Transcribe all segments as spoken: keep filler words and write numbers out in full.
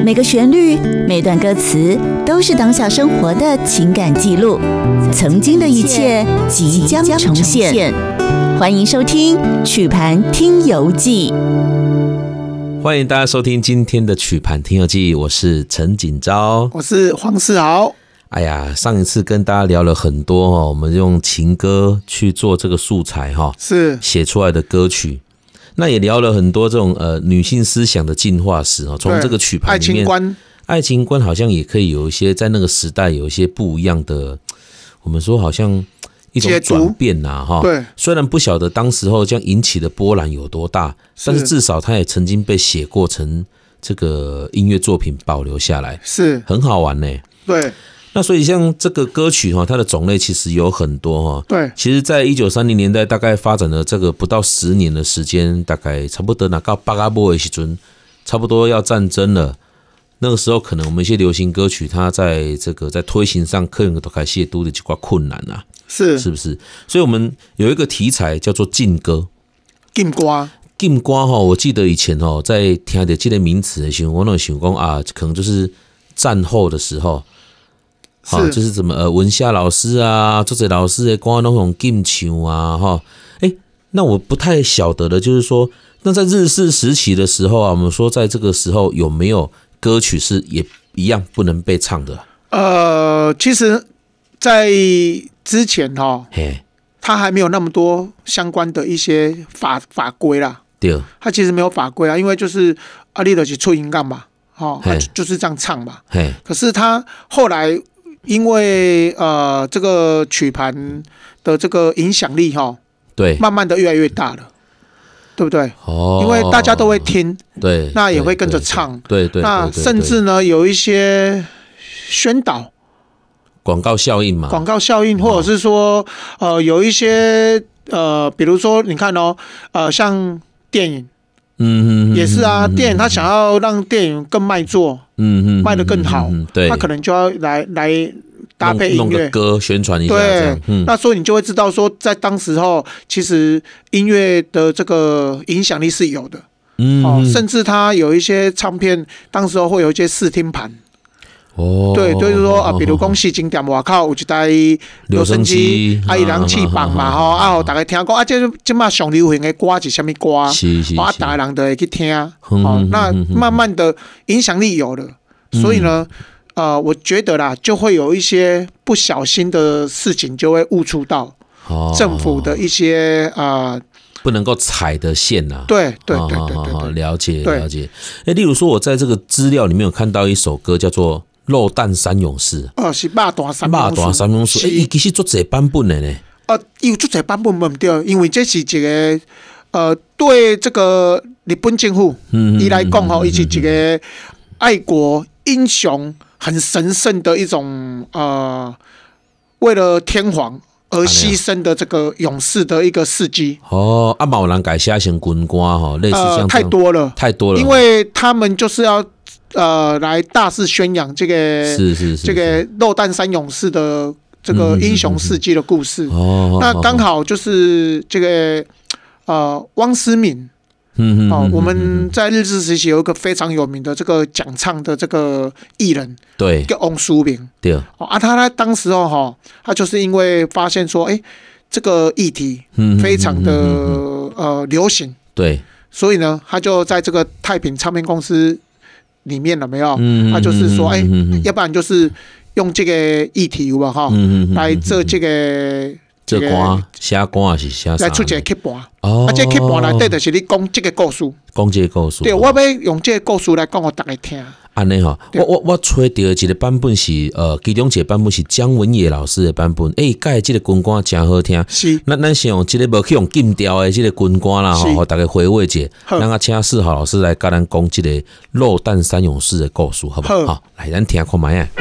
每个旋律、每段歌词都是当下生活的情感记录，曾经的一切即将重现。欢迎收听《曲盘听游记》。 欢迎大家收听今天的曲盘听游记，我是陈锦昭， 我是黄世豪。 哎呀，上一次跟大家聊了很多哦，我们用情歌去做这个素材哈， 是写出来的歌曲。那也聊了很多这种呃女性思想的进化史哦，从这个曲盘里面， 爱情观， 爱情观好像也可以有一些在那个时代有一些不一样的，我们说好像一种转变呐哈。 对， 虽然不晓得当时候这样引起的波澜有多大，但是至少它也曾经被写过成这个音乐作品保留下来， 是很好玩呢。 对。 那所以像这个歌曲哈，它的种类其实有很多哈。 对， 其实，在一九三零年代，大概发展了这个不到十年的时间，大概差不多拿到八嘎波的时阵，差不多要战争了。那个时候，可能我们一些流行歌曲，它在这个在推行上，可能都开始都的几块困难啊， 是是不是？所以我们有一个题材叫做禁歌。 禁歌， 禁歌哈，我记得以前哦，在听到这个名词的时候，我那想讲啊，可能就是战后的时候。好，就是怎么呃，文夏老师啊，作者老师的歌那种禁唱啊，哈，哎，那我不太晓得的，就是说，那在日治时期的时候啊，我们说在这个时候有没有歌曲是也一样不能被唱的？ 呃，其实，在之前哈、哦，他还没有那么多相关的一些法法规啦， 对， 他其实没有法规啊，因为就是阿丽的去出音干嘛，哦，他就是这样唱嘛，可是他后来。因为呃，这个曲盘的这个影响力哈， 对， 慢慢的越来越大了，对不对？哦，因为大家都会听， 对， 那也会跟着唱， 对 对, 对, 对, 对, 对， 那甚至呢有一些宣导、 广告效应嘛， 广告效应，或者是说呃有一些呃，比如说你看哦，呃，像电影。嗯，也是啊，电影他想要让电影更卖座，嗯嗯，卖得更好，对，他可能就要来来搭配音乐， 弄个歌宣传一下， 对，嗯，那所以你就会知道说，在当时候，其实音乐的这个影响力是有的，嗯，哦，甚至他有一些唱片，当时候会有一些试听盘。哦，对，就是说啊，比如讲四景店外口有一台留声机，啊，伊人翅膀嘛，吼，啊，互大家听讲啊，这这马上流行的歌是什么歌？啊，大家人都会去听，哦，那慢慢的影响力有了，所以呢，呃，我觉得啦，就会有一些不小心的事情就会误触到政府的一些啊。呃不能够踩的线呐、啊， 对对对对 对, 对, 对，了解了解。哎，例如说，我在这个资料里面有看到一首歌，叫做《肉蛋三勇士》。 哦，是肉蛋三勇士。肉蛋三勇士，哎，其实做这版本的呢。 呃，有做这版本不对，因为这是一个呃，对这个日本政府，伊来讲吼，伊是一个爱国英雄、很神圣的一种呃，为了天皇。而牺牲的这个勇士的一个事迹哦，啊，有人改写成军歌哈，类似这样、呃、 太多了， 太多了， 因为他们就是要呃来大肆宣扬这个是是是这个肉蛋三勇士的这个英雄事迹的故事。哦、嗯，那刚好就是这个呃汪思敏。嗯哦，我们在日治时期有一个非常有名的这个讲唱的这个艺人， 对， 叫翁淑明， 对， 哦啊，他他当时候哈，他就是因为发现说，哎，这个议题非常的呃流行， 对， 所以呢，他就在这个太平唱片公司里面了没有？他就是说，哎，要不然就是用这个议题有吧哈，来做这个。 这歌写歌还是写啥？ 来出一个曲盘，哦、啊，这个曲盘内底就是你讲这个故事， 讲这个故事。 对，我要用这个故事来讲给大家听。 安尼哈，我我我找到一个版本是呃，其中一个版本是姜文也老师的版本。诶、欸，介这个军歌真好听。 是， 那咱先用这个无去用禁调的这个军歌啦，吼，大家回味者。咱啊，请世豪老师来跟咱讲这个肉蛋三勇士的故事，好不好？好，来咱听看卖啊。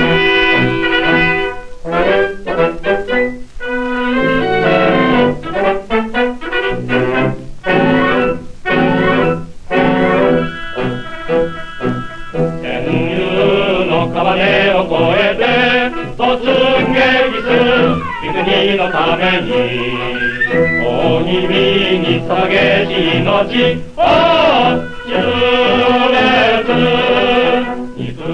国のためにおにみに捧げし命を純烈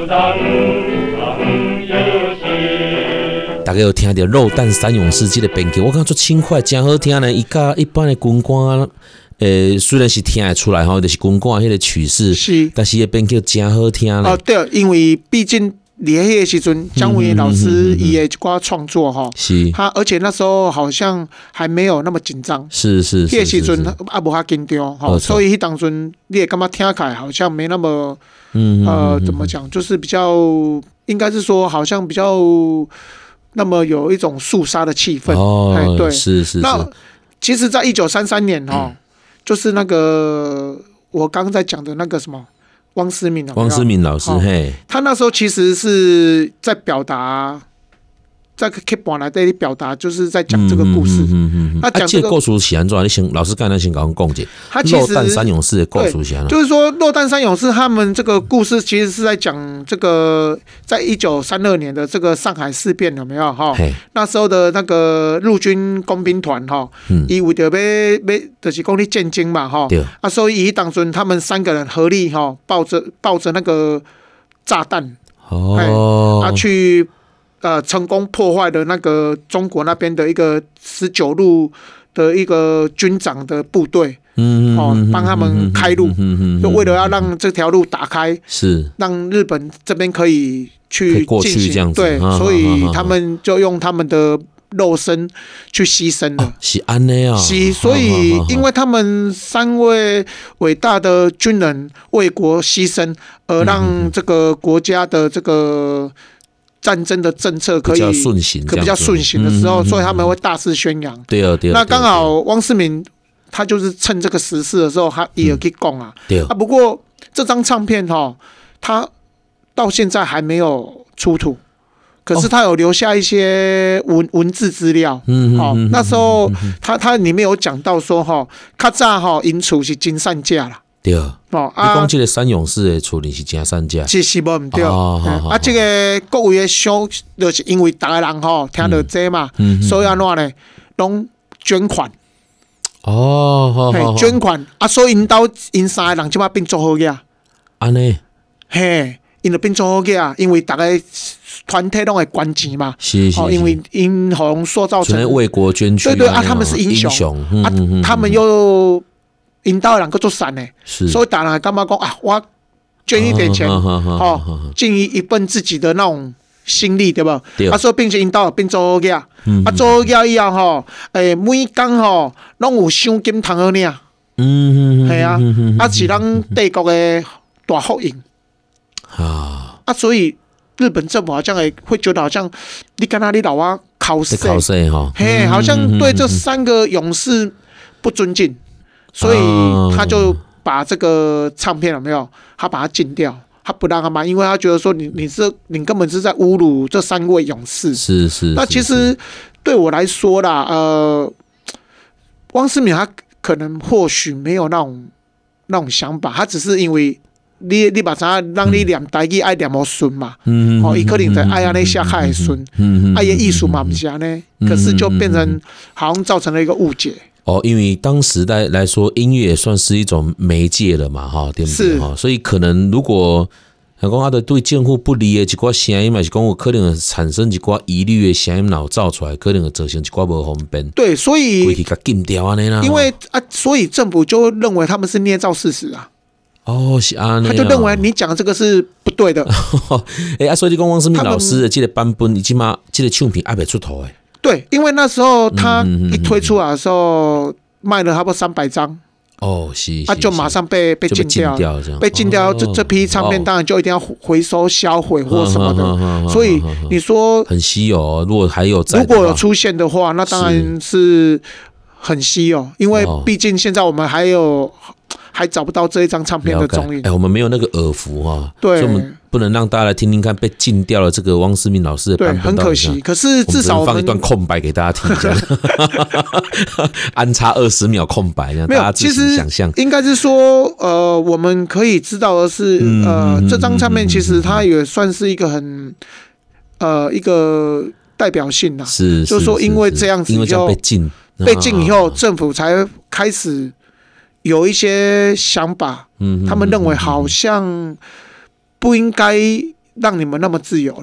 家有听到《肉弹三勇士》这个编曲，我感觉足轻快，真好听呢。伊甲一般的军歌，诶，虽然是听得出来吼，就是军歌迄个曲式， 是， 但是伊编曲真好听呢。 哦，对，因为毕竟。伫迄个时阵，姜文老师伊的一寡创作哈， 是， 他而且那时候好像还没有那么紧张， 是是是， 迄个时阵啊无遐紧张哈，所以迄当阵你也感觉听起来好像没那么，嗯呃怎么讲，就是比较应该是说好像比较那么有一种肃杀的气氛哦， 哎对， 是是是。 那其实，在一九三三年哈，就是那个我刚刚在讲的那个什么。汪思敏， 汪思敏老师，哦、嘿， 他那时候其实是在表达，在 K 本来在表达，就是在讲这个故事。嗯嗯嗯嗯、他讲这个故事是安怎？你先老师刚才先跟我们讲解。 他其实肉弹三勇士的故事是安怎？ 就是说，肉弹三勇士他们这个故事其实是在讲这个，在一九三二年的这个上海事变有没有哈？那时候的那个陆军工兵团哈，伊、嗯、为着要要就是讲你建军嘛哈，啊，所以伊当中他们三个人合力哈，抱着抱着那个炸弹，哦，啊去。呃，成功破坏了那个中国那边的一个十九路的一个军长的部队，嗯，哦，帮他们开路，嗯，就为了要让这条路打开，是让日本这边可以去进行，对，所以他们就用他们的肉身去牺牲了， 是安尼啊， 是，所以因为他们三位伟大的军人为国牺牲，而让这个国家的这个。战争的政策可以比较顺行， 可比较顺行的时候，所以他们会大肆宣扬。 对啊，对啊。 那刚好汪世民他就是趁这个时事的时候，他也可以讲啊。对啊。不过这张唱片哈，他到现在还没有出土，可是他有留下一些文文字资料。嗯好，那时候他他里面有讲到说哈，较早哈因厝是金善价啦。 对，哦，你讲这个三勇士的厝里是真善价， 其实无唔对。啊，这个各位的小，就是因为大家人吼听到这嘛，所以安怎呢，拢捐款。哦，捐款啊，所以因兜因三个人即马变做好个。 安尼， 嘿，因就变做好个，因为大家团体拢会捐钱嘛。是是。哦，因为因互塑造成为国捐躯。 对对啊，他们是英雄啊，他们又。引导人个做善呢，所以大人感觉讲啊，我捐一点钱，哦，尽一份自己的那种心力，对不？啊，所以并且引导变做个，啊，做个以后吼，诶，每工吼拢有赏金通好领，嗯，系啊，啊是咱帝国的大福音啊，啊，所以日本政府好像会会觉得好像你跟他你老啊考试， 考试哈， 嘿，好像对这三个勇士不尊敬。所以他就把这个唱片有没有？他把它禁掉，他不让他卖，因为他觉得说你你是你根本是在侮辱这三位勇士。是是。那其实对我来说啦，呃，汪思敏他可能或许没有那种那种想法，他只是因为你你把啥让你念台语爱念无顺嘛，嗯，哦，伊可能在爱安尼写较会顺，嗯，爱个艺术嘛不是安尼，可是就变成好像造成了一个误解。 哦，因为当时代来说，音乐也算是一种媒介了嘛，哈，对不对？哈，所以可能如果像讲他的对政府不利的一寡声音嘛，是讲有可能产生一寡疑虑的声音，然后造出来，可能会造成一寡不方便。 对，所以回去给禁掉安尼啦。 因为啊，所以政府就认为他们是捏造事实啊。 哦，是安尼， 他就认为你讲的这个是不对的。 哎、欸，啊，所以你讲汪思敏老师的这个版本，已经嘛，这个唱片还没出头哎。 对，因为那时候他一推出来的时候，卖了差不多三百张。 哦，是， 他、啊、就马上被被禁掉，被禁掉，这、哦、这批唱片当然就一定要回收销毁或什么的。哦、所以你说很稀有、哦，如果还有在如果有出现的话，那当然是很稀有，因为毕竟现在我们还有。还找不到这一张唱片的踪影。 哎、欸，我们没有那个耳福哈， 对， 所以我们不能让大家来听听看被禁掉了这个汪思敏老师的版本， 对，很可惜。可是至少我们放一段空白给大家听一下，安插二十秒空白，让大家自己想象。 应该是说，呃，我们可以知道的是，呃，这张唱片其实它也算是一个很，呃，一个代表性啦。 是， 就是说，因为这样子以后被禁， 被禁以后，政府才开始。有一些想法，他们认为好像不应该让你们那么自由了。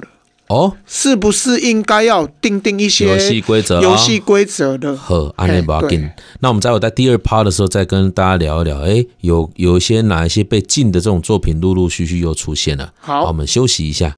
哦， 是不是应该要定定一些游戏规则？ 游戏规则的。 好，安内不要紧。那我们在我在第二 part 的时候，再跟大家聊一聊。哎，有有一些哪一些被禁的这种作品，陆陆续续又出现了。 好， 我们休息一下。